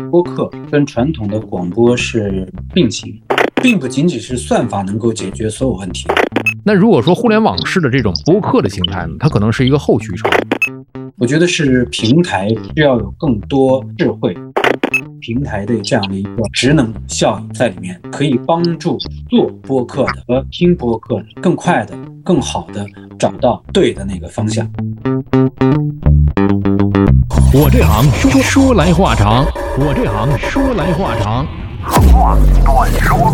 播客跟传统的广播是并行，并不仅仅是算法能够解决所有问题。 那如果说互联网式的这种播客的形态呢，它可能是一个后驱车。 我觉得是平台需要有更多智慧，平台的这样的一个职能效应在里面，可以帮助做播客的和听播客的更快的、更好的找到对的那个方向。 我这行说来话长，我这行说来话长。话短说。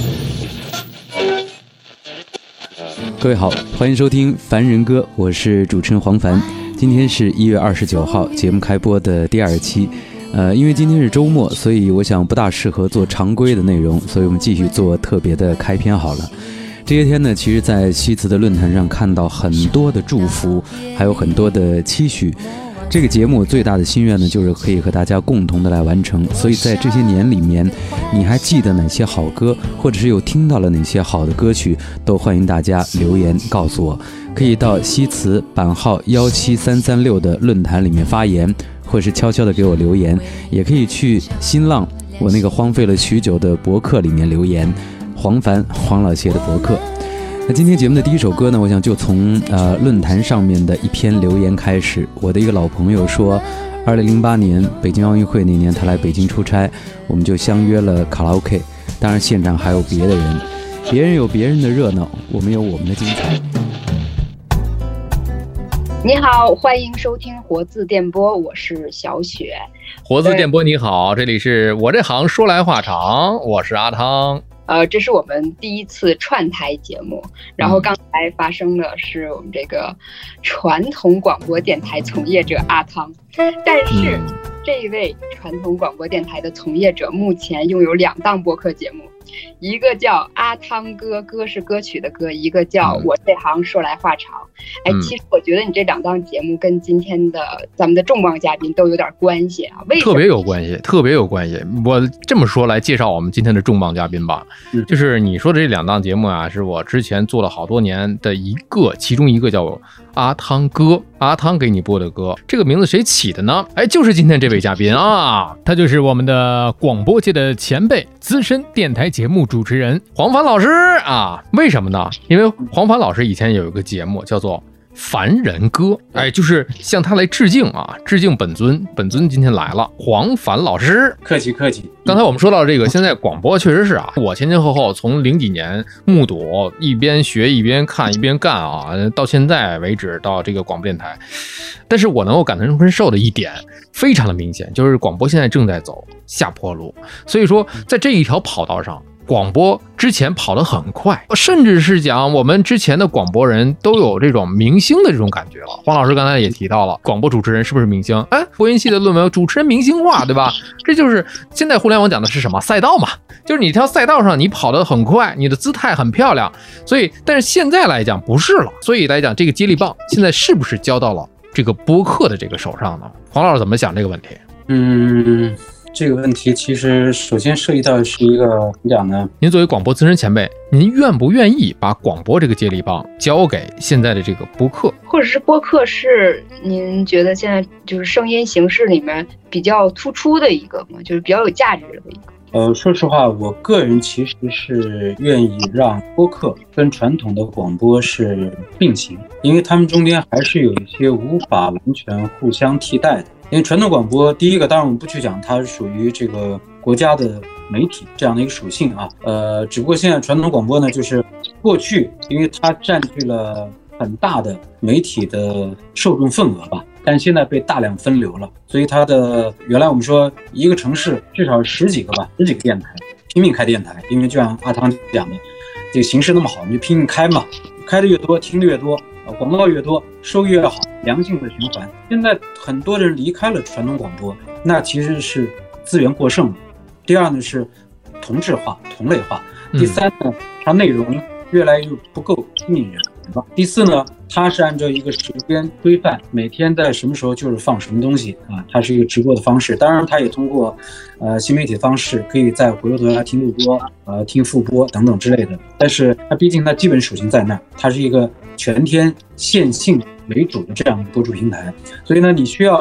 各位好，欢迎收听凡人歌，我是主持人黄凡。今天是1月29号，节目开播的第2期。因为今天是周末，所以我想不大适合做常规的内容，所以我们继续做特别的开篇好了。这些天呢，其实在西祠的论坛上看到很多的祝福，还有很多的期许。这个节目最大的心愿呢，就是可以和大家共同的来完成。所以在这些年里面，你还记得哪些好歌，或者是有听到了哪些好的歌曲，都欢迎大家留言告诉我。可以到西祠版号17336的论坛里面发言，或者是悄悄的给我留言，也可以去新浪我那个荒废了许久的博客里面留言，黄凡黄老谢的博客。那今天节目的第一首歌呢，我想就从论坛上面的一篇留言开始。我的一个老朋友说，2008年北京奥运会那年他来北京出差，我们就相约了卡拉 OK， 当然现场还有别的人，别人有别人的热闹，我们有我们的精彩。 你好，欢迎收听活字电波，我是小雪。 活字电波你好，这里是我这行说来话长，我是阿汤。 这是我们第一次串台节目，然后刚才发生的是我们这个传统广播电台从业者阿汤，但是这一位传统广播电台的从业者目前拥有2档播客节目，一个叫阿汤歌，歌是歌曲的歌，一个叫我这行说来话长。其实我觉得你这2档节目跟今天的咱们的重磅嘉宾都有点关系啊，为什么？特别有关系。 我这么说来介绍我们今天的重磅嘉宾吧，就是你说的这2档节目啊，是我之前做了好多年的其中一个叫阿汤歌，阿汤给你播的歌。这个名字谁起的呢？就是今天这位嘉宾啊，他就是我们的广播界的前辈，资深电台节目主持人黄凡老师啊。为什么呢？因为黄凡老师以前有一个节目叫做凡人歌，就是向他来致敬啊，致敬本尊今天来了，黄凡老师， 客气。 刚才我们说到这个，现在广播确实是啊，我前后从0几年目睹，一边学一边看一边干啊，到现在为止到这个广播电台，但是我能够感同身受的一点非常的明显，就是广播现在正在走下坡路，所以说在这一条跑道上，广播之前跑得很快，甚至是讲我们之前的广播人都有这种明星的这种感觉了。黄老师刚才也提到了，广播主持人是不是明星？播音系的论文，主持人明星化，对吧？这就是现在互联网讲的是什么？赛道嘛，就是你一条赛道上你跑得很快，你的姿态很漂亮，所以但是现在来讲不是了，所以来讲这个接力棒现在是不是交到了这个播客的这个手上呢？黄老师怎么想这个问题？ 这个问题其实首先涉及到的是一个怎么讲呢？ 您作为广播资深前辈，您愿不愿意把广播这个接力棒交给现在的这个播客？ 或者是播客是您觉得现在就是声音形式里面比较突出的一个吗？就是比较有价值的一个？ 说实话，我个人其实是愿意让播客跟传统的广播是并行，因为他们中间还是有一些无法完全互相替代的。因为传统广播，第一个当然我们不去讲它是属于这个国家的媒体这样的一个属性啊，只不过现在传统广播呢，就是过去因为它占据了很大的媒体的受众份额吧，但现在被大量分流了，所以它的原来我们说一个城市至少10几个电台拼命开电台，因为就像阿汤讲的，这个形势那么好，你就拼命开嘛，开的越多听的越多，广告越多收益越好，良性的循环。现在很多人离开了传统广播，那其实是资源过剩。第二呢是同质化同类化，第三呢它内容越来越不够吸引人。第四呢，它是按照一个时间规范，每天在什么时候就是放什么东西啊，它是一个直播的方式。当然它也通过新媒体方式可以再回过头来听录播听复播等等之类的，但是它毕竟它基本属性在那儿，它是一个全天线性为主的这样的播出平台，所以呢你需要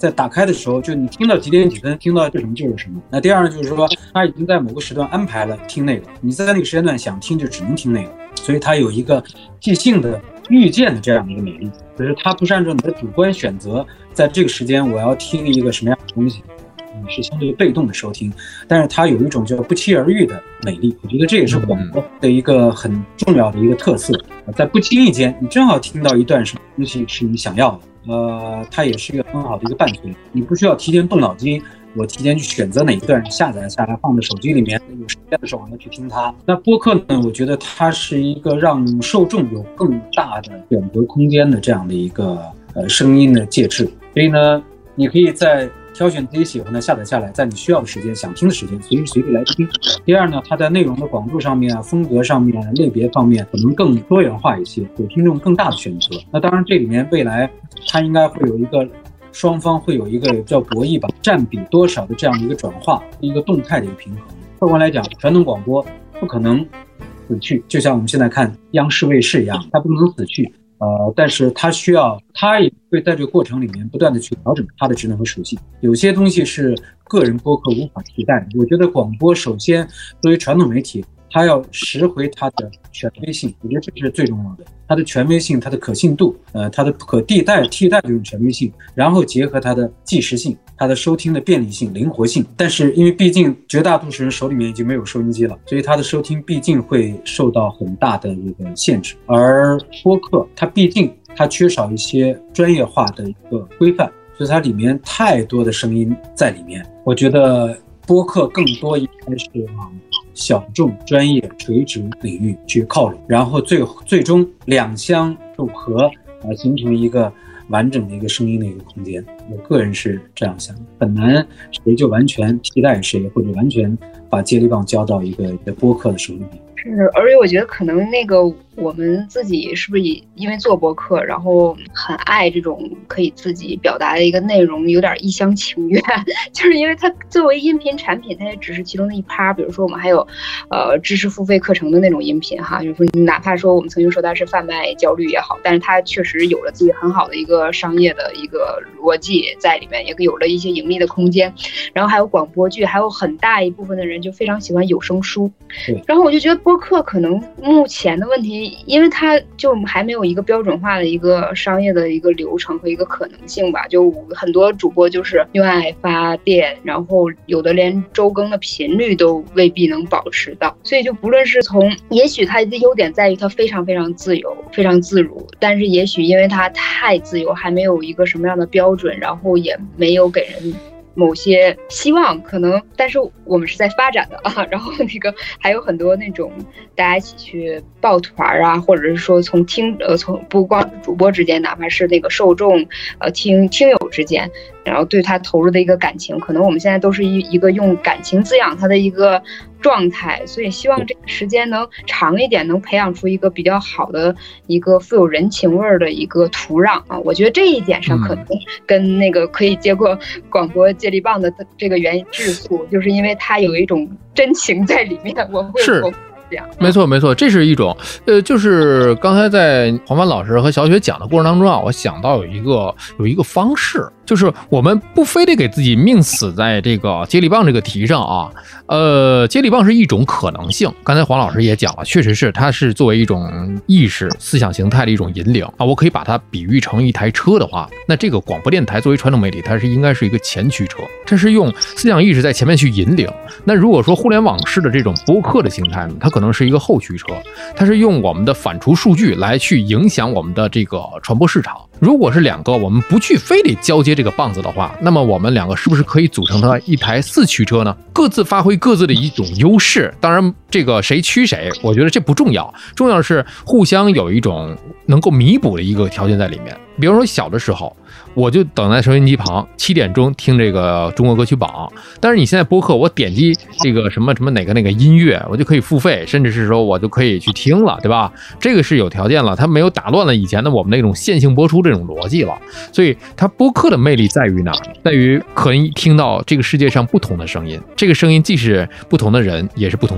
在打开的时候，就你听到几点几分，听到是什么就是什么。那第二呢，就是说它已经在某个时段安排了听那个，你在那个时间段想听就只能听那个，所以它有一个即兴的预见的这样的一个美丽，就是它不是按照你的主观选择，在这个时间我要听一个什么样的东西。是相对被动的收听，但是它有一种叫不期而遇的美丽，我觉得这也是广播的一个很重要的一个特色。在不经意间，你正好听到一段什么东西是你想要的，它也是一个很好的一个伴随，你不需要提前动脑筋，我提前去选择哪一段下载下来放在手机里面，有时间的时候我要去听它。那播客呢，我觉得它是一个让受众有更大的选择空间的这样的一个声音的介质，所以呢，你可以在挑选自己喜欢的下载下来，在你需要的时间、想听的时间，随时随地来听。第二呢，它在内容的广度上面、风格上面、类别方面可能更多元化一些，给听众更大的选择。那当然，这里面未来它应该会有一个双方会有一个叫博弈吧，占比多少的这样的一个转化，一个动态的一个平衡。客观来讲，传统广播不可能死去，就像我们现在看央视、卫视一样，它不能死去。但是它也会在这个过程里面不断的去调整它的职能和属性。有些东西是个人播客无法替代的。我觉得广播首先作为传统媒体，它要拾回它的权威性，我觉得这是最重要的。它的权威性、它的可信度，它的可替代这种权威性，然后结合它的即时性、它的收听的便利性、灵活性。但是因为毕竟绝大多数人手里面已经没有收音机了，所以它的收听毕竟会受到很大的一个限制。而播客它毕竟它缺少一些专业化的一个规范，所以它里面太多的声音在里面。我觉得播客更多应该是往小众、专业、垂直领域去靠拢，然后最终两相组合，形成一个完整的一个声音的一个空间。我个人是这样想的，很难谁就完全替代谁，或者完全把接力棒交到一个播客的手里面。 是，而且我觉得可能那个我们自己是不是也因为做播客，然后很爱这种可以自己表达的一个内容，有点一厢情愿，就是因为它作为音频产品，它也只是其中的一趴。比如说我们还有知识付费课程的那种音频哈，就是哪怕说我们曾经说它是贩卖焦虑也好，但是它确实有了自己很好的一个商业的一个逻辑在里面，也有了一些盈利的空间。然后还有广播剧，还有很大一部分的人就非常喜欢有声书。然后我就觉得播客可能目前的问题，因为它就还没有一个标准化的一个商业的一个流程和一个可能性吧，就很多主播就是用爱发电，然后有的连周更的频率都未必能保持到，所以就不论是从，也许它的优点在于它非常非常自由，非常自如，但是也许因为它太自由，还没有一个什么样的标准，然后也没有给人某些希望，可能，但是我们是在发展的啊。然后那个还有很多那种大家一起去抱团啊，或者是说从不光是主播之间，哪怕是那个受众听友之间，然后对他投入的一个感情，可能我们现在都是一个用感情滋养他的一个状态，所以希望这个时间能长一点，能培养出一个比较好的一个富有人情味的一个土壤啊。我觉得这一点上可能跟那个可以接过广播接力棒的这个原因质素，就是因为它有一种真情在里面。我会没错，这是一种就是刚才在黄帆老师和小雪讲的过程当中啊，我想到有一个方式，就是我们不非得给自己命死在这个接力棒这个题上啊。接力棒是一种可能性，刚才黄老师也讲了，确实是它是作为一种意识思想形态的一种引领啊。我可以把它比喻成一台车的话，那这个广播电台作为传统媒体，它是应该是一个前驱车，它是用思想意识在前面去引领。那如果说互联网式的这种播客的形态呢，它可能是一个后驱车，它是用我们的反刍数据来去影响我们的这个传播市场。如果是两个我们不去非得交接这个棒子的话，那么我们两个是不是可以组成它一台四驱车呢？各自发挥各自的一种优势，当然这个谁驱谁，我觉得这不重要，重要的是互相有一种能够弥补的一个条件在里面。比如说小的时候，我就等在收音机旁7点钟听这个中国歌曲榜，但是你现在播客，我点击这个什么哪个音乐，我就可以付费，甚至是说我就可以去听了，对吧？这个是有条件了，它没有打乱了以前的我们那种线性播出这种逻辑了。所以它播客的魅力在于哪？在于可以听到这个世界上不同的声音，这个声音既是不同的人，也是不同的观点。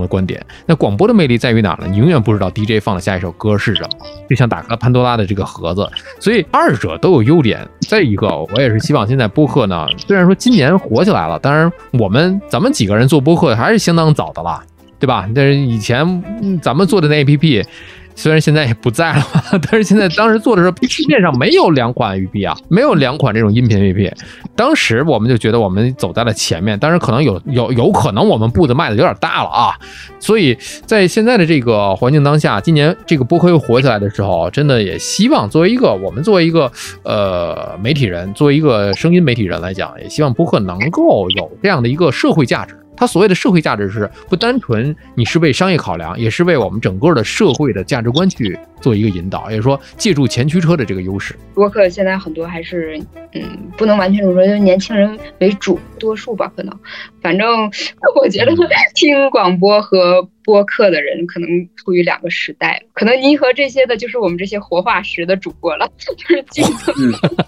那广播的魅力在于哪呢？你永远不知道 DJ 放的下一首歌是什么，就像打开了潘多拉的这个盒子。所以二者都有优点。再一个，我也是希望现在播客呢，虽然说今年火起来了，当然咱们几个人做播客还是相当早的啦，对吧？但是以前咱们做的那 APP。虽然现在也不在了，但是现在当时做的时候，市面上没有2款 APP 啊，没有2款这种音频 APP。当时我们就觉得我们走在了前面，但是可能有可能我们步子迈的有点大了啊。所以在现在的这个环境当下，今年这个播客又火起来的时候，真的也希望我们作为一个媒体人，作为一个声音媒体人来讲，也希望播客能够有这样的一个社会价值。它所谓的社会价值是不单纯你是为商业考量，也是为我们整个的社会的价值观去做一个引导，也就是说借助前驱车的这个优势。 播客现在很多还是不能完全说就是年轻人为主，多数吧，可能反正我觉得听广播和播客的人可能处于2个时代，可能您和这些的就是我们这些活化石的主播了，就是继续做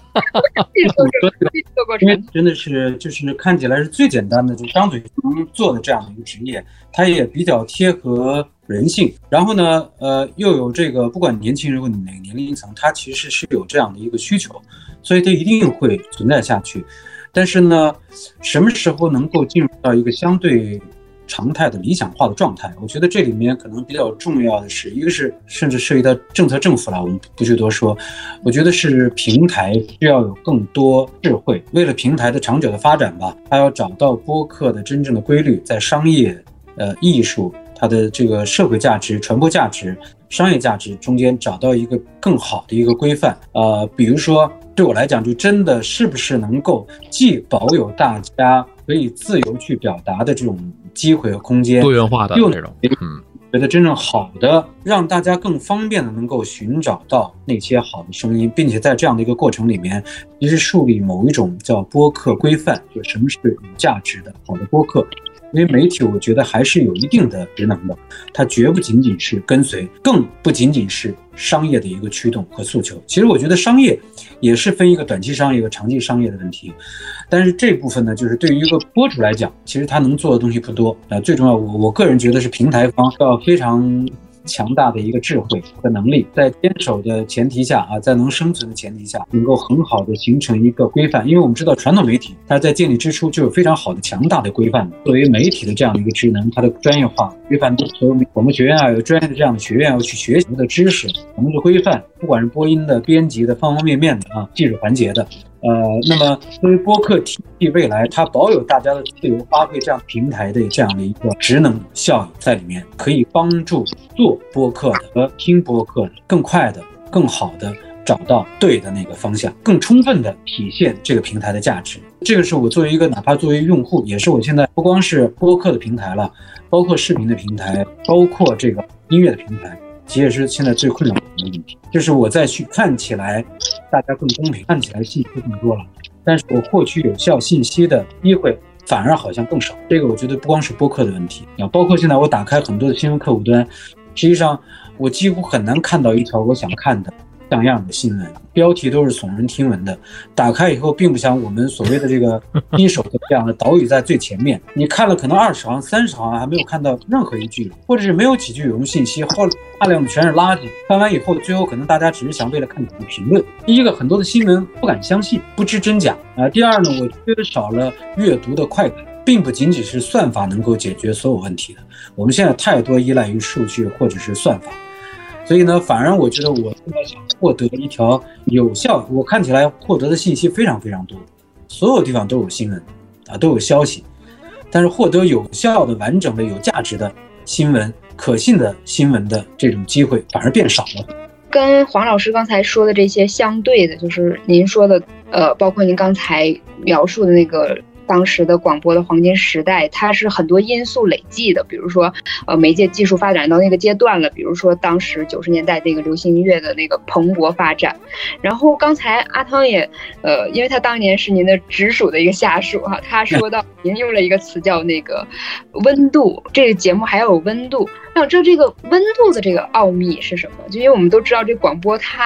过因为真的是就是看起来是最简单的，就张嘴能做的这样的一个职业，它也比较贴合人性。然后呢，又有这个不管年轻人或哪个年龄层，它其实是有这样的一个需求，所以它一定会存在下去。但是呢，什么时候能够进入到一个相对常态的理想化的状态，我觉得这里面可能比较重要的是，一个是甚至涉及到政策政府了，我们不去多说。我觉得是平台需要有更多智慧，为了平台的长久的发展吧，它要找到播客的真正的规律，在商业、艺术、它的这个社会价值、传播价值、商业价值中间找到一个更好的一个规范。比如说对我来讲，就真的是不是能够既保有大家可以自由去表达的这种机会和空间， 多元化的这种， 觉得真正好的，让大家更方便的能够寻找到那些好的声音，并且在这样的一个过程里面，其实树立某一种叫播客规范，就什么是有价值的好的播客。因为媒体我觉得还是有一定的职能的，它绝不仅仅是跟随，更不仅仅是商业的一个驱动和诉求。其实我觉得商业也是分一个短期商业和长期商业的问题，但是这部分呢，就是对于一个播主来讲，其实他能做的东西不多。最重要，我个人觉得是平台方要非常强大的一个智慧和能力，在坚守的前提下在能生存的前提下，能够很好的形成一个规范。因为我们知道传统媒体它在建立之初就有非常好的强大的规范，作为媒体的这样的一个职能，它的专业化规范，所有广播学院有专业的这样的学院要去学习的知识，我们的规范，不管是播音的、编辑的、方方面面的技术环节的。那么作为播客体系未来，它保有大家的自由发挥这样平台的这样的一个职能效应在里面，可以帮助做播客的和听播客的更快的、更好的找到对的那个方向，更充分的体现这个平台的价值。这个是我作为一个哪怕作为用户，也是我现在不光是播客的平台了，包括视频的平台，包括这个音乐的平台，其实也是现在最困扰的问题，就是我再去看起来大家更公平，看起来信息更多了，但是我获取有效信息的机会反而好像更少。这个我觉得不光是播客的问题，包括现在我打开很多的新闻客户端，实际上我几乎很难看到一条我想看的像样的新闻，标题都是耸人听闻的，打开以后并不像我们所谓的这个一手的这样的导语在最前面，你看了可能20行30行还没有看到任何一句，或者是没有几句有用信息，后大量的全是垃圾，看完以后最后可能大家只是想为了看几个评论。第一个，很多的新闻不敢相信，不知真假第二呢，我缺少了阅读的快感，并不仅仅是算法能够解决所有问题的，我们现在太多依赖于数据或者是算法。所以呢，反而我觉得我现在想获得一条有效，我看起来获得的信息非常非常多，所有地方都有新闻都有消息，但是获得有效的、完整的、有价值的新闻、可信的新闻的这种机会反而变少了。 跟黄老师刚才说的这些相对的，就是您说的包括您刚才描述的那个当时的广播的黄金时代，它是很多因素累计的，比如说媒介技术发展到那个阶段了，比如说当时90年代那个流行音乐的那个蓬勃发展。然后刚才阿汤也因为他当年是您的直属的一个下属他说到您用了一个词叫那个温度，这个节目还要有温度。我想知道这个温度的这个奥秘是什么？就因为我们都知道这广播它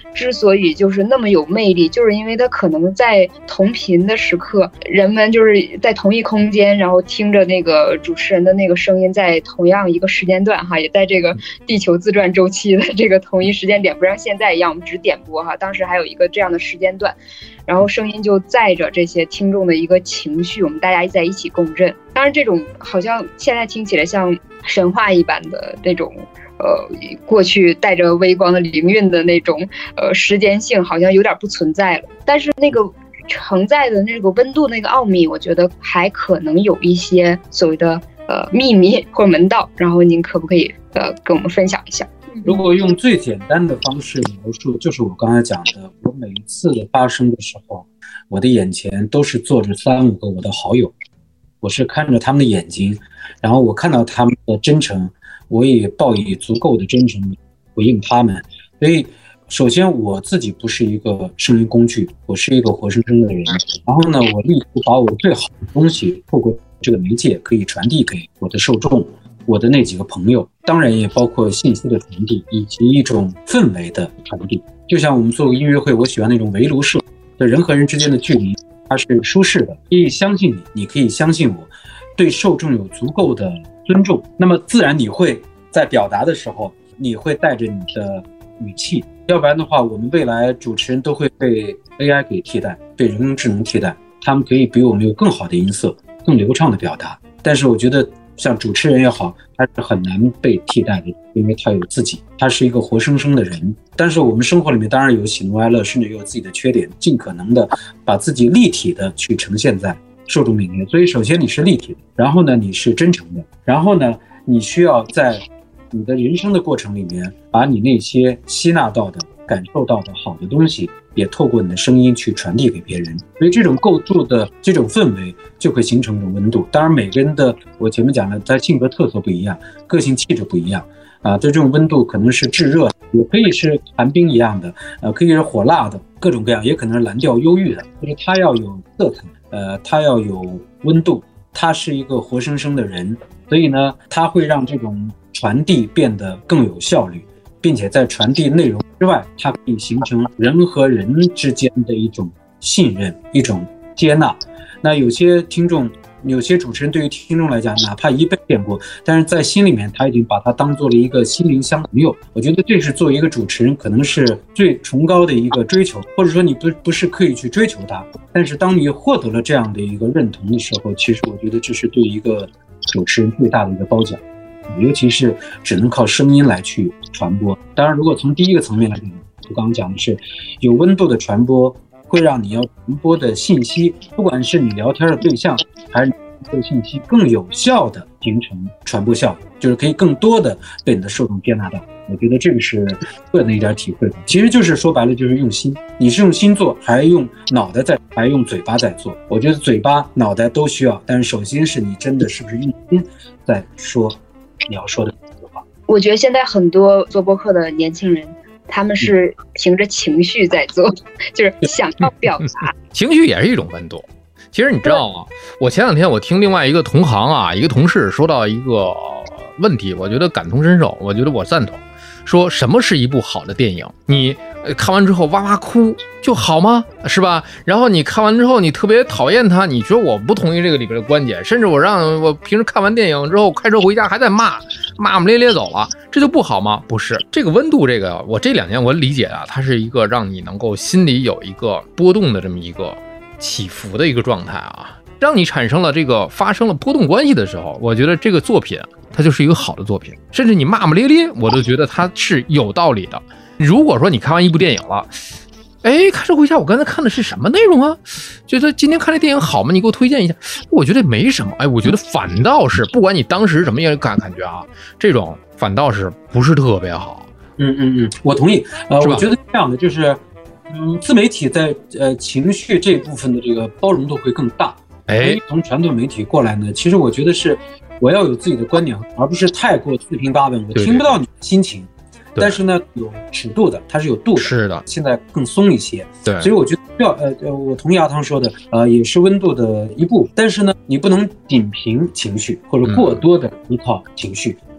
之所以就是那么有魅力，就是因为它可能在同频的时刻，人们就是在同一空间，然后听着那个主持人的那个声音，在同样一个时间段哈，也在这个地球自转周期的这个同一时间点，不像现在一样我们只点播哈，当时还有一个这样的时间段，然后声音就载着这些听众的一个情绪，我们大家在一起共振。当然这种好像现在听起来像神话一般的那种过去带着微光的灵韵的那种时间性好像有点不存在了，但是那个承载的那个温度那个奥秘，我觉得还可能有一些所谓的秘密或门道，然后您可不可以跟我们分享一下？ 如果用最简单的方式描述，就是我刚才讲的，我每一次发生的时候，我的眼前都是坐着3-5个我的好友，我是看着他们的眼睛，然后我看到他们的真诚，我也报以足够的真诚回应他们。所以首先我自己不是一个声音工具，我是一个活生生的人，然后呢，我力图把我最好的东西透过这个媒介可以传递给我的受众，我的那几个朋友，当然也包括信息的传递以及一种氛围的传递。就像我们做音乐会，我喜欢那种围炉式的，人和人之间的距离它是舒适的，可以相信你，你可以相信我，对受众有足够的尊重，那么自然你会在表达的时候，你会带着你的语气，要不然的话，我们未来主持人都会被 AI 给替代，被人工智能替代，他们可以比我们有更好的音色，更流畅的表达。但是我觉得像主持人也好，他是很难被替代的，因为他有自己，他是一个活生生的人。但是我们生活里面当然有喜怒哀乐，甚至也有自己的缺点，尽可能的把自己立体的去呈现在受众面前。所以首先你是立体的，然后呢你是真诚的，然后呢你需要在你的人生的过程里面，把你那些吸纳到的、感受到的好的东西，也透过你的声音去传递给别人。所以这种构筑的这种氛围，就会形成一种温度。当然，每个人的我前面讲了，他性格特色不一样，个性气质不一样啊。这种温度可能是炙热，也可以是寒冰一样的，可以是火辣的，各种各样，也可能是蓝调忧郁的。就是它要有色彩，它要有温度，它是一个活生生的人，所以呢，它会让这种传递变得更有效率，并且在传递内容之外，它可以形成人和人之间的一种信任，一种接纳。那有些听众，有些主持人对于听众来讲，哪怕一辈见过，但是在心里面他已经把它当做了一个心灵相朋友。我觉得这是作为一个主持人可能是最崇高的一个追求，或者说你不是刻意去追求它，但是当你获得了这样的一个认同的时候，其实我觉得这是对一个主持人最大的一个褒奖。尤其是只能靠声音来去传播。当然，如果从第一个层面来讲，我刚刚讲的是有温度的传播，会让你要传播的信息，不管是你聊天的对象，还是你的信息，更有效的形成传播效果，就是可以更多的被你的受众接纳到。我觉得这个是个人的一点体会，其实就是说白了就是用心，你是用心做，还用脑袋在，还用嘴巴在做。我觉得嘴巴、脑袋都需要，但是首先是你真的是不是用心在说你要说的话。 我觉得现在很多做播客的年轻人，他们是凭着情绪在做，就是想要表达。 情绪也是一种温度。其实你知道吗？我前两天我听另外一个同行啊，一个同事说到一个问题，我觉得感同身受，我觉得我赞同。说什么是一部好的电影？你看完之后哇哇哭就好吗？是吧？然后你看完之后你特别讨厌他，你觉得我不同意这个里边的观点，甚至我平时看完电影之后开车回家还在骂咧咧走了，这就不好吗？不是，这个温度，这个我这2年我理解啊，它是一个让你能够心里有一个波动的这么一个起伏的一个状态啊，让你产生了这个发生了波动关系的时候，我觉得这个作品它就是一个好的作品，甚至你骂咧咧，我都觉得它是有道理的。如果说你看完一部电影了，开车回家我刚才看的是什么内容啊？觉得今天看这电影好吗？你给我推荐一下。我觉得没什么，我觉得反倒是不管你当时什么样感觉啊，这种反倒是不是特别好。 我同意。我觉得这样的就是，自媒体在情绪这部分的这个包容度会更大。从传统媒体过来呢，其实我觉得是我要有自己的观点，而不是太过四平八稳，我听不到你的心情。但是呢，有尺度的，它是有度的。是的，现在更松一些。对，所以我觉得我同意阿汤说的，也是温度的一部分。但是呢，你不能仅凭情绪或者过多的依靠情绪，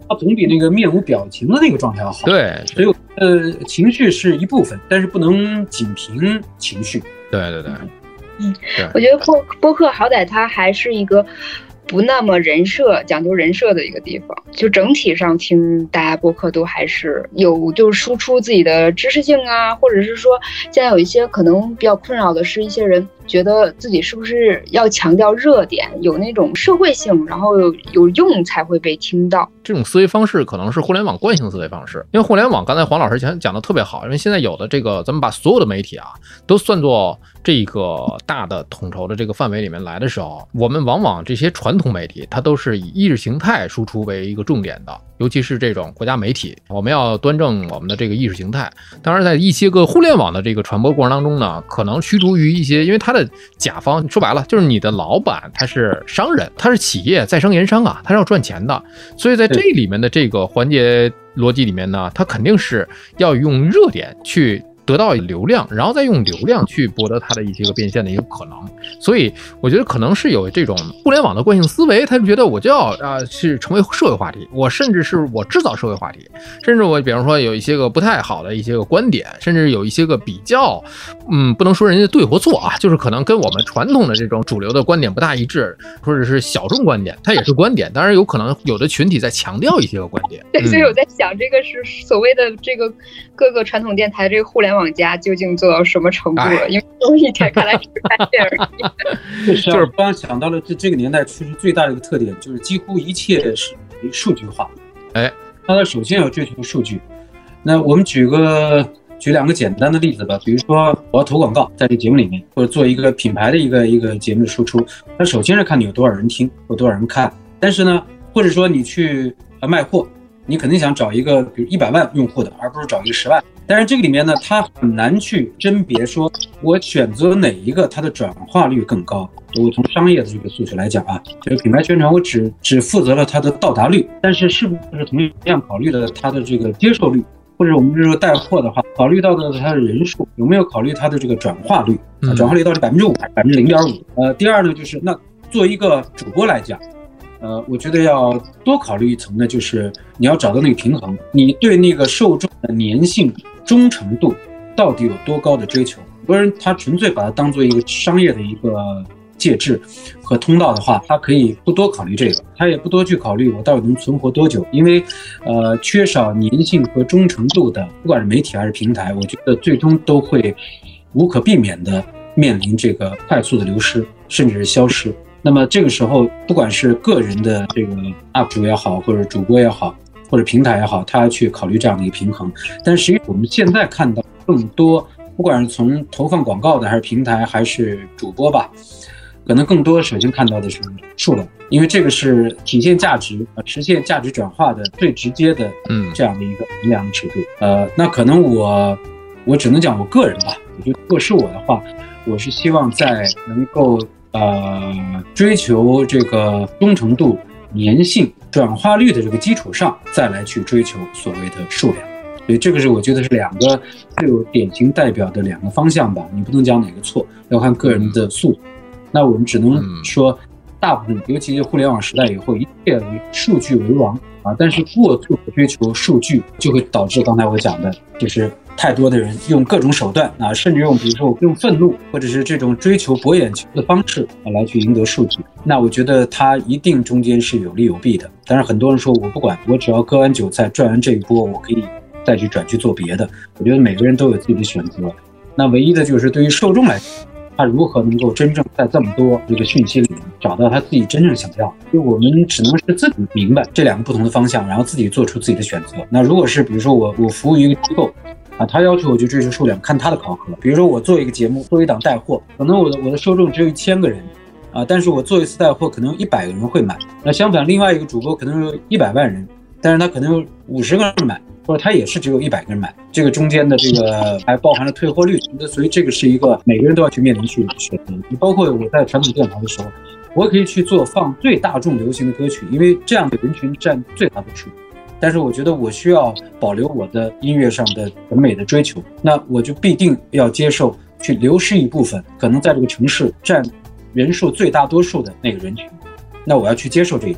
它总比那个面无表情的那个状态要好。 对， 所以情绪是一部分，但是不能仅凭情绪。 对对对， 我觉得播客好歹它还是一个不那么讲究人设的一个地方，就整体上听大家播客都还是有就是输出自己的知识性啊，或者是说现在有一些可能比较困扰的是一些人觉得自己是不是要强调热点，有那种社会性，然后有用才会被听到。 这种思维方式可能是互联网惯性思维方式，因为互联网刚才黄老师讲的特别好，因为现在有的这个咱们把所有的媒体啊都算作这个大的统筹的这个范围里面来的时候，我们往往这些传统媒体它都是以意识形态输出为一个重点的，尤其是这种国家媒体，我们要端正我们的这个意识形态。当然在一些个互联网的这个传播过程当中呢，可能驱逐于一些，因为它的甲方说白了就是你的老板，他是商人，他是企业在商言商啊，他是要赚钱的，所以在这里面的这个环节逻辑里面呢，他肯定是要用热点去得到流量，然后再用流量去博得它的一些个变现的一个可能。所以我觉得可能是有这种互联网的惯性思维，他就觉得我就要去成为社会话题，我甚至是我制造社会话题，甚至我比方说有一些个不太好的一些个观点，甚至有一些个比较不能说人家对或错啊，就是可能跟我们传统的这种主流的观点不大一致，或者是小众观点，它也是观点，当然有可能有的群体在强调一些个观点。 对，所以我在想这个是所谓的这个各个传统电台这个互联网加究竟做到什么程度了？因为综艺台看来只是看这而已。 就是刚刚想到了这个年代其实最大的一个特点就是几乎一切是数据化。它首先要追求数据。那我们举两个简单的例子吧，比如说我要投广告，在这节目里面，或者做一个品牌的一个节目的输出，它首先是看你有多少人听，有多少人看。但是呢，或者说你去卖货，你肯定想找一个比如100万用户的，而不是找一个10万。但是这个里面呢，它很难去甄别说我选择哪一个它的转化率更高。我从商业的这个诉求来讲啊，这个品牌宣传我只负责了它的到达率，但是是不是同样考虑了它的这个接受率，或者我们说带货的话，考虑到的它的人数，有没有考虑它的这个转化率？转化率到底5%还是0.5%？第二呢，就是那作为一个主播来讲，我觉得要多考虑一层呢，就是你要找到那个平衡，你对那个受众的粘性、忠诚度到底有多高的追求？很多人他纯粹把它当做一个商业的一个介质和通道的话，他可以不多考虑这个，他也不多去考虑我到底能存活多久，因为缺少粘性和忠诚度的，不管是媒体还是平台，我觉得最终都会无可避免的面临这个快速的流失，甚至是消失。那么这个时候，不管是个人的这个 UP 主也好，或者主播也好，或者平台也好，他要去考虑这样的一个平衡。但实际上我们现在看到更多，不管是从投放广告的还是平台还是主播吧，可能更多首先看到的是数量，因为这个是体现价值、实现价值转化的最直接的这样的一个衡量尺度。那可能我只能讲我个人吧，我觉得如果是我的话，我是希望在能够追求这个忠诚度、粘性、转化率的这个基础上，再来去追求所谓的数量。所以这个是我觉得是两个最有典型代表的两个方向吧，你不能讲哪个错，要看个人的素质。那我们只能说，大部分，尤其是互联网时代以后，一切以数据为王啊。但是过度的追求数据，就会导致刚才我讲的，就是太多的人用各种手段啊，甚至用比如说我用愤怒或者是这种追求博眼球的方式来去赢得数据。那我觉得它一定中间是有利有弊的。当然很多人说我不管，我只要割完韭菜赚完这一波，我可以再去转去做别的。我觉得每个人都有自己的选择。那唯一的就是对于受众来说，他如何能够真正在这么多这个讯息里面找到他自己真正想要？因为我们只能是自己明白这两个不同的方向，然后自己做出自己的选择。那如果是比如说我服务于一个机构啊，他要求我去追求数量，看他的考核。比如说我做一个节目，做一档带货，可能我的受众只有1000个人啊，但是我做一次带货可能100个人会买。那相反，另外一个主播可能有100万人，但是他可能有50个人买，或者他也是只有100个人买，这个中间的这个还包含了退货率，所以这个是一个每个人都要去面临去选择。包括我在传统电台的时候，我可以去做放最大众流行的歌曲，因为这样的人群占最大多数。但是我觉得我需要保留我的音乐上的审美的追求，那我就必定要接受去流失一部分可能在这个城市占人数最大多数的那个人群，那我要去接受这一点。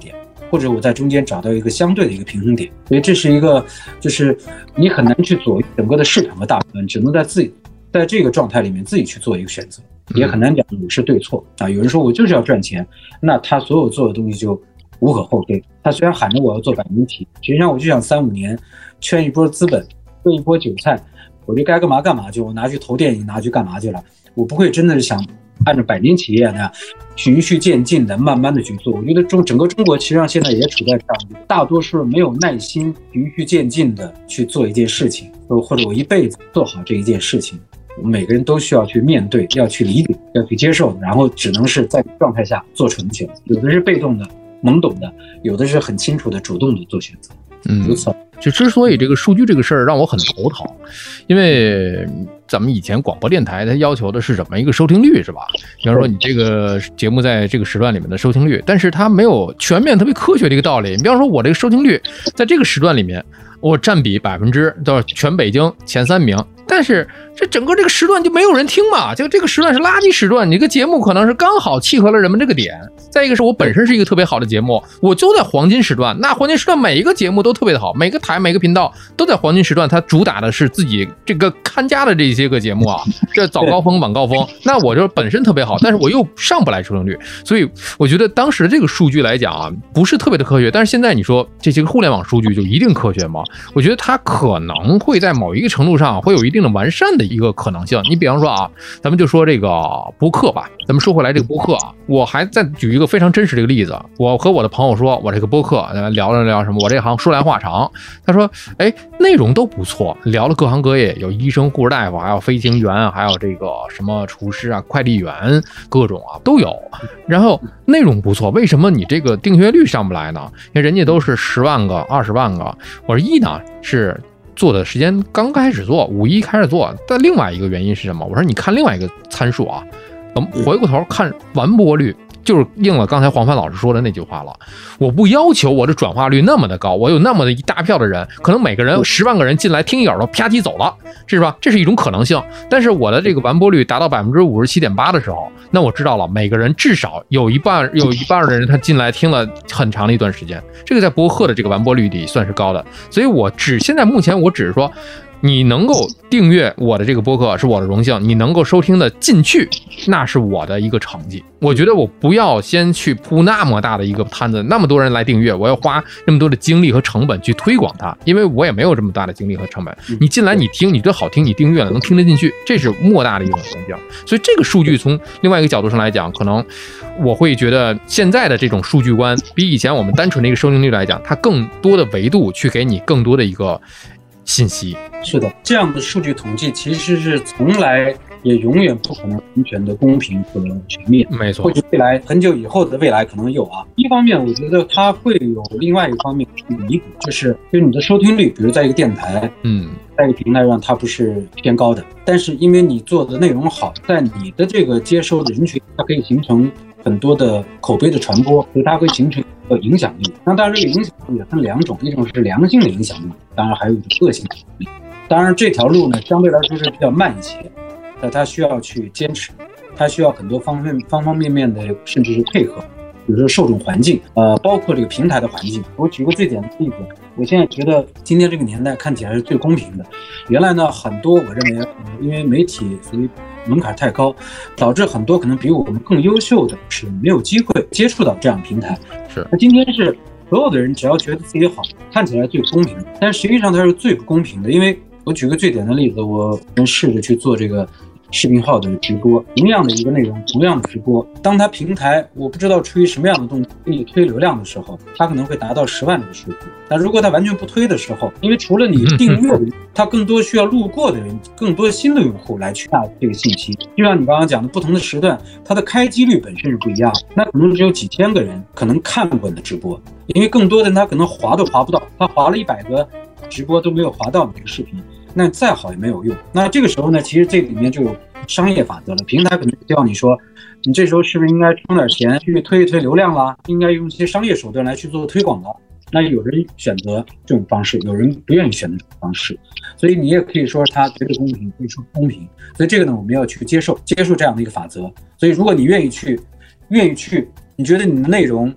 或者我在中间找到一个相对的一个平衡点。所以这是一个，就是你很难去左右整个的市场和大盘，只能在这个状态里面自己去做一个选择，也很难讲你是对错啊。有人说我就是要赚钱，那他所有做的东西就无可厚非。他虽然喊着我要做百年体，实际上我就想3-5年圈一波资本，割一波韭菜，我就该干嘛干嘛，就拿去投电影，拿去干嘛去了。我不会真的是想按照百年企业那样循序渐进的慢慢的去做。我觉得整个中国实际上现在也处在这样，大多数没有耐心循序渐进的去做一件事情，或者我一辈子做好这一件事情。我们每个人都需要去面对，要去理解，要去接受，然后只能是在状态下做出选择。有的是被动的懵懂的，有的是很清楚的主动的做选择。如此。 就之所以这个数据这个事儿让我很头疼，因为咱们以前广播电台它要求的是怎么一个收听率，是吧？比方说你这个节目在这个时段里面的收听率，但是它没有全面特别科学的一个道理。你比方说我这个收听率在这个时段里面，我占比%到全北京前3名，但是这整个这个时段就没有人听嘛，就这个时段是垃圾时段，你这个节目可能是刚好契合了人们这个点。再一个是我本身是一个特别好的节目，我就在黄金时段，那黄金时段每一个节目都特别的好，每个台每个频道都在黄金时段，它主打的是自己这个看家的这些个节目啊，这早高峰晚高峰，那我就本身特别好，但是我又上不来收听率，所以我觉得当时这个数据来讲啊，不是特别的科学。但是现在你说这些个互联网数据就一定科学吗？我觉得它可能会在某一个程度上会有一定的完善的一个可能性。你比方说啊，咱们就说这个播客吧，咱们说回来这个播客啊，我还再举一个非常真实的一个例子。我和我的朋友说，我这个播客聊了聊什么，我这行说来话长。他说，哎，内容都不错，聊了各行各业，有医生、护士大夫，还有飞行员，还有这个什么厨师啊、快递员，各种啊都有。然后内容不错，为什么你这个订阅率上不来呢？因为人家都是10万个、20万个。我说一呢是做的时间刚开始做，5-1开始做，但另外一个原因是什么？我说你看另外一个参数啊，回过头看完播率。就是应了刚才黄帆老师说的那句话了，我不要求我的转化率那么的高，我有那么的一大票的人，可能每个人10万个人进来听一耳朵啪叽走了，是吧？这是一种可能性。但是我的这个完播率达到57.8%的时候，那我知道了，每个人至少有一半的人他进来听了很长的一段时间，这个在播客的这个完播率里算是高的。所以现在目前我只是说，你能够订阅我的这个播客是我的荣幸，你能够收听的进去，那是我的一个成绩。我觉得我不要先去铺那么大的一个摊子，那么多人来订阅，我要花那么多的精力和成本去推广它，因为我也没有这么大的精力和成本。你进来你听，你觉得好听，你订阅了能听得进去，这是莫大的一种成就。所以这个数据从另外一个角度上来讲，可能我会觉得现在的这种数据观比以前我们单纯的一个收听率来讲，它更多的维度去给你更多的一个信息。 是的，这样的数据统计其实是从来也永远不可能完全的公平和全面。 没错， 或许未来很久以后的未来可能有啊。一方面，我觉得它会有另外一方面是弥补，就是你的收听率，比如在一个电台，在一个平台上它不是偏高的，但是因为你做的内容好，在你的这个接收的人群，它可以形成很多的口碑的传播，所以它会形成一个影响力。那当然，这个影响力也分2种，一种是良性的影响力，当然还有一种恶性的影响力。当然，这条路呢，相对来说是比较慢一些，但它需要去坚持，它需要很多方方面面的，甚至是配合，比如说受众环境，包括这个平台的环境。我举个最简单的例子，我现在觉得今天这个年代看起来是最公平的。原来呢，很多我认为，因为媒体所以门槛太高，导致很多可能比我们更优秀的是没有机会接触到这样的平台。 是， 那今天是所有的人只要觉得自己好，看起来最公平的，但实际上它是最不公平的。因为我举个最简单的例子，我试着去做这个视频号的直播，同样的一个内容，同样的直播，当它平台我不知道出于什么样的动机给你推流量的时候，它可能会达到10万这个数字。但如果它完全不推的时候，因为除了你订阅的人，它更多需要路过的人，更多新的用户来去下这个信息。就像你刚刚讲的，不同的时段，它的开机率本身是不一样的，那可能只有几千个人可能看过你的直播，因为更多的人他可能滑都滑不到，他滑了100个直播都没有滑到你这个视频，那再好也没有用。那这个时候呢，其实这里面就有商业法则了，平台可能希望你说，你这时候是不是应该充点钱去推一推流量啦？应该用一些商业手段来去做推广了。那有人选择这种方式，有人不愿意选择这种方式，所以你也可以说它绝对公平，可以说不公平。所以这个呢，我们要去接受这样的一个法则。所以如果你愿意去，你觉得你的内容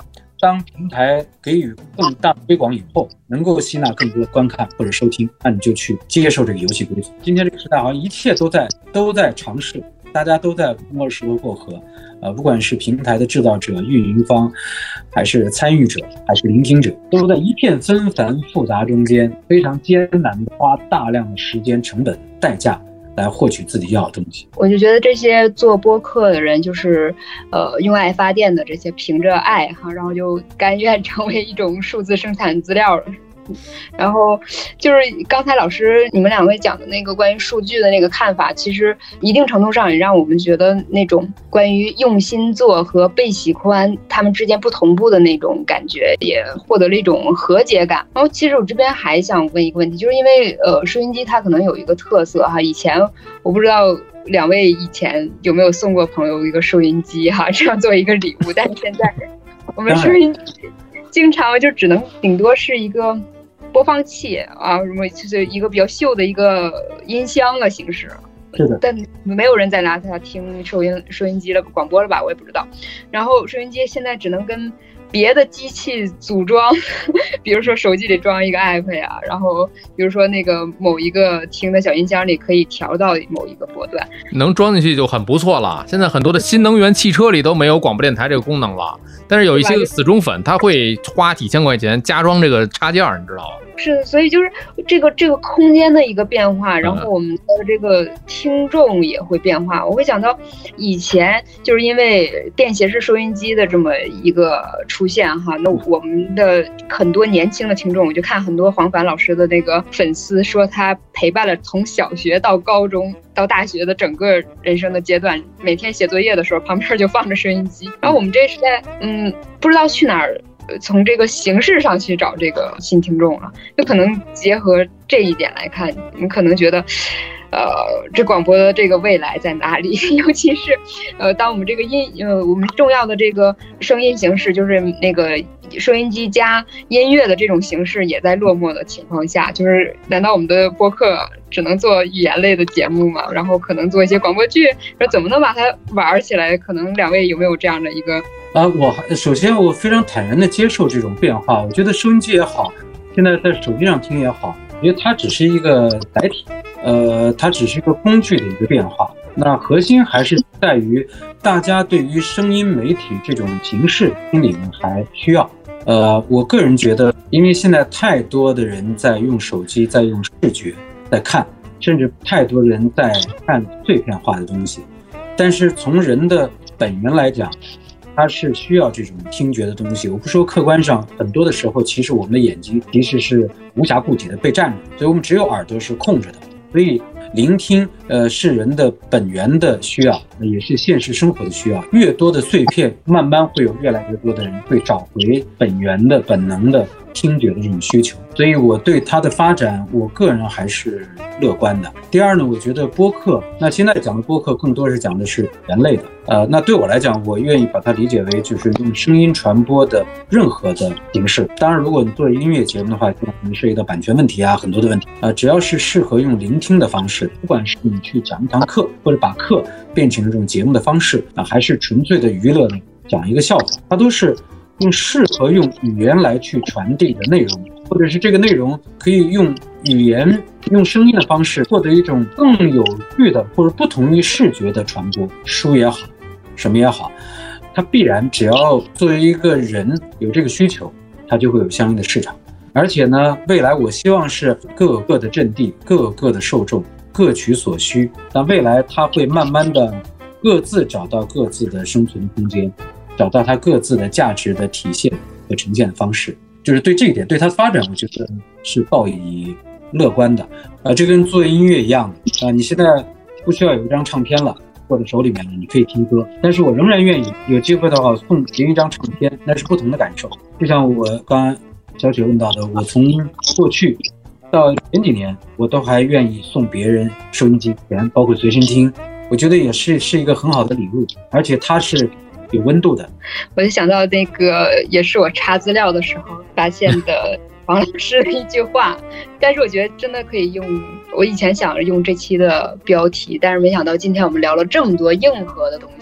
当平台给予更大推广以后，能够吸纳更多的观看或者收听，那你就去接受这个游戏规则。今天这个时代好像一切都在尝试，大家都在摸着石头过河。不管是平台的制造者、运营方，还是参与者，还是聆听者，都在一片纷繁复杂中间，非常艰难的花大量的时间、成本、代价来获取自己要的东西。 我就觉得这些做播客的人，就是用爱发电的这些，凭着爱哈，然后就甘愿成为一种数字生产资料了。然后就是刚才老师你们两位讲的那个关于数据的那个看法，其实一定程度上也让我们觉得那种关于用心做和被喜欢他们之间不同步的那种感觉，也获得了一种和解感。然后其实我这边还想问一个问题，就是因为收音机它可能有一个特色哈，以前我不知道两位以前有没有送过朋友一个收音机哈，这样做一个礼物，但是现在我们收音机经常就只能顶多是一个播放器啊，什么就是一个比较秀的一个音箱的形式。 是的， 但没有人再拿它听收音机了，广播了吧？我也不知道。然后收音机现在只能跟别的机器组装，比如说手机里装一个 app 呀，然后比如说那个某一个听的小音箱里可以调到某一个波段， 能装进去就很不错了。现在很多的新能源汽车里都没有广播电台这个功能了，但是有一些死忠粉他会花几千块钱加装这个插件，你知道吗？ 是的，所以就是这个空间的一个变化，然后我们的这个听众也会变化。我会想到以前就是因为便携式收音机的这么一个出现哈，那我们的很多年轻的听众，我就看很多黄凡老师的那个粉丝说，他陪伴了从小学到高中到大学的整个人生的阶段，每天写作业的时候旁边就放着收音机。然后我们这时代不知道去哪儿从这个形式上去找这个新听众了，就可能结合这一点来看，你们可能觉得这广播的这个未来在哪里？尤其是当我们这个我们重要的这个声音形式，就是那个收音机加音乐的这种形式也在落寞的情况下，就是难道我们的播客只能做语言类的节目吗？然后可能做一些广播剧，说怎么能把它玩起来？可能两位有没有这样的一个？ 首先我非常坦然的接受这种变化。我觉得收音机也好，现在在手机上听也好，因为它只是一个载体，它只是一个工具的一个变化。那核心还是在于大家对于声音媒体这种形式心里面还需要。我个人觉得，因为现在太多的人在用手机，在用视觉，在看，甚至太多人在看碎片化的东西。但是从人的本源来讲，它是需要这种听觉的东西。我不说客观上，很多的时候其实我们的眼睛其实是无暇顾及的，被占着，所以我们只有耳朵是空着的。所以聆听是人的本源的需要，也是现实生活的需要。越多的碎片，慢慢会有越来越多的人会找回本源的本能的听觉的这种需求。所以我对它的发展，我个人还是乐观的。第二呢，我觉得播客，那现在讲的播客更多是讲的是人类的，那对我来讲，我愿意把它理解为就是用声音传播的任何的形式。当然，如果你做音乐节目的话，可能涉及到版权问题啊，很多的问题只要是适合用聆听的方式，不管是你去讲一堂课，或者把课变成这种节目的方式还是纯粹的娱乐的讲一个笑话，它都是适合用语言来去传递的内容，或者是这个内容可以用语言、用声音的方式获得一种更有趣的或者不同于视觉的传播。书也好，什么也好，它必然只要作为一个人有这个需求，它就会有相应的市场。而且呢，未来我希望是各有各的阵地，各有各的受众，各取所需。那未来它会慢慢的各自找到各自的生存空间，找到它各自的价值的体现和呈现的方式。就是对这一点，对它的发展，我觉得是抱以乐观的。这跟做音乐一样的你现在不需要有一张唱片了，握在手里面了，你可以听歌。但是我仍然愿意有机会的话送别人一张唱片，那是不同的感受。就像我刚刚小雪问到的，我从过去到前几年，我都还愿意送别人收音机钱，包括随身听，我觉得也是一个很好的礼物，而且它是有温度的。 我就想到那个也是我查资料的时候发现的王老师的一句话，但是我觉得真的可以用，我以前想用这期的标题，但是没想到今天我们聊了这么多硬核的东西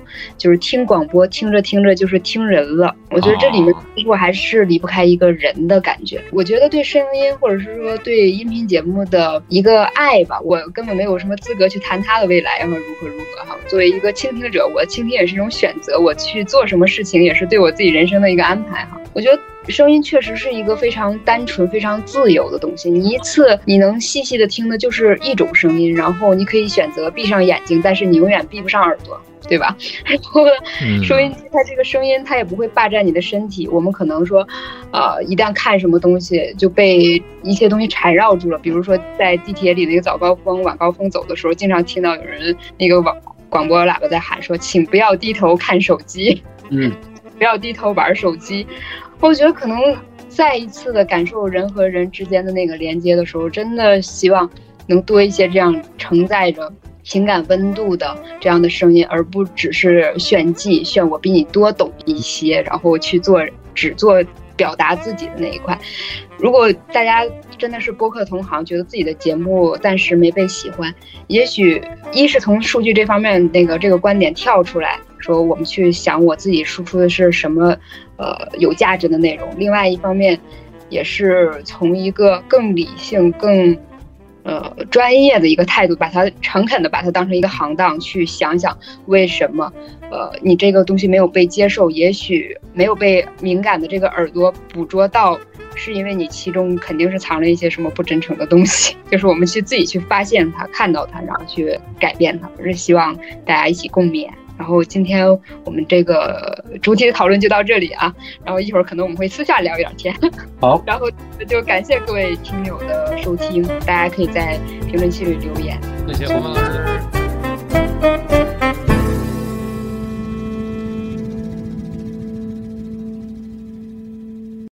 就是听广播听着听着就是听人了。我觉得这里面似乎还是离不开一个人的感觉。我觉得对声音或者是说对音频节目的一个爱吧，我根本没有什么资格去谈它的未来如何哈。作为一个倾听者，我倾听也是一种选择，我去做什么事情也是对我自己人生的一个安排哈。我觉得声音确实是一个非常单纯非常自由的东西，你一次你能细细的听的就是一种声音，然后你可以选择闭上眼睛，但是你永远闭不上耳朵，对吧？然后收音机它这个声音它也不会霸占你的身体，我们可能说一旦看什么东西就被一些东西缠绕住了，比如说在地铁里那个早高峰晚高峰走的时候，经常听到有人那个广播喇叭在喊说请不要低头看手机，不要低头玩手机。我觉得可能再一次的感受人和人之间的那个连接的时候，真的希望能多一些这样承载着情感温度的这样的声音，而不只是炫技，炫我比你多懂一些，然后去只做表达自己的那一块。如果大家真的是播客同行，觉得自己的节目暂时没被喜欢，也许一是从数据这方面这个观点跳出来说，我们去想我自己输出的是什么有价值的内容，另外一方面也是从一个更理性更专业的一个态度，把它诚恳的把它当成一个行当去想想为什么你这个东西没有被接受，也许没有被敏感的这个耳朵捕捉到，是因为你其中肯定是藏了一些什么不真诚的东西，就是我们去自己去发现它，看到它，然后去改变它。我是希望大家一起共勉。然后今天我们这个主题的讨论就到这里啊，然后一会儿可能我们会私下聊一点天。 好， 然后就感谢各位听友的收听，大家可以在评论区里留言。 谢谢黄文老师。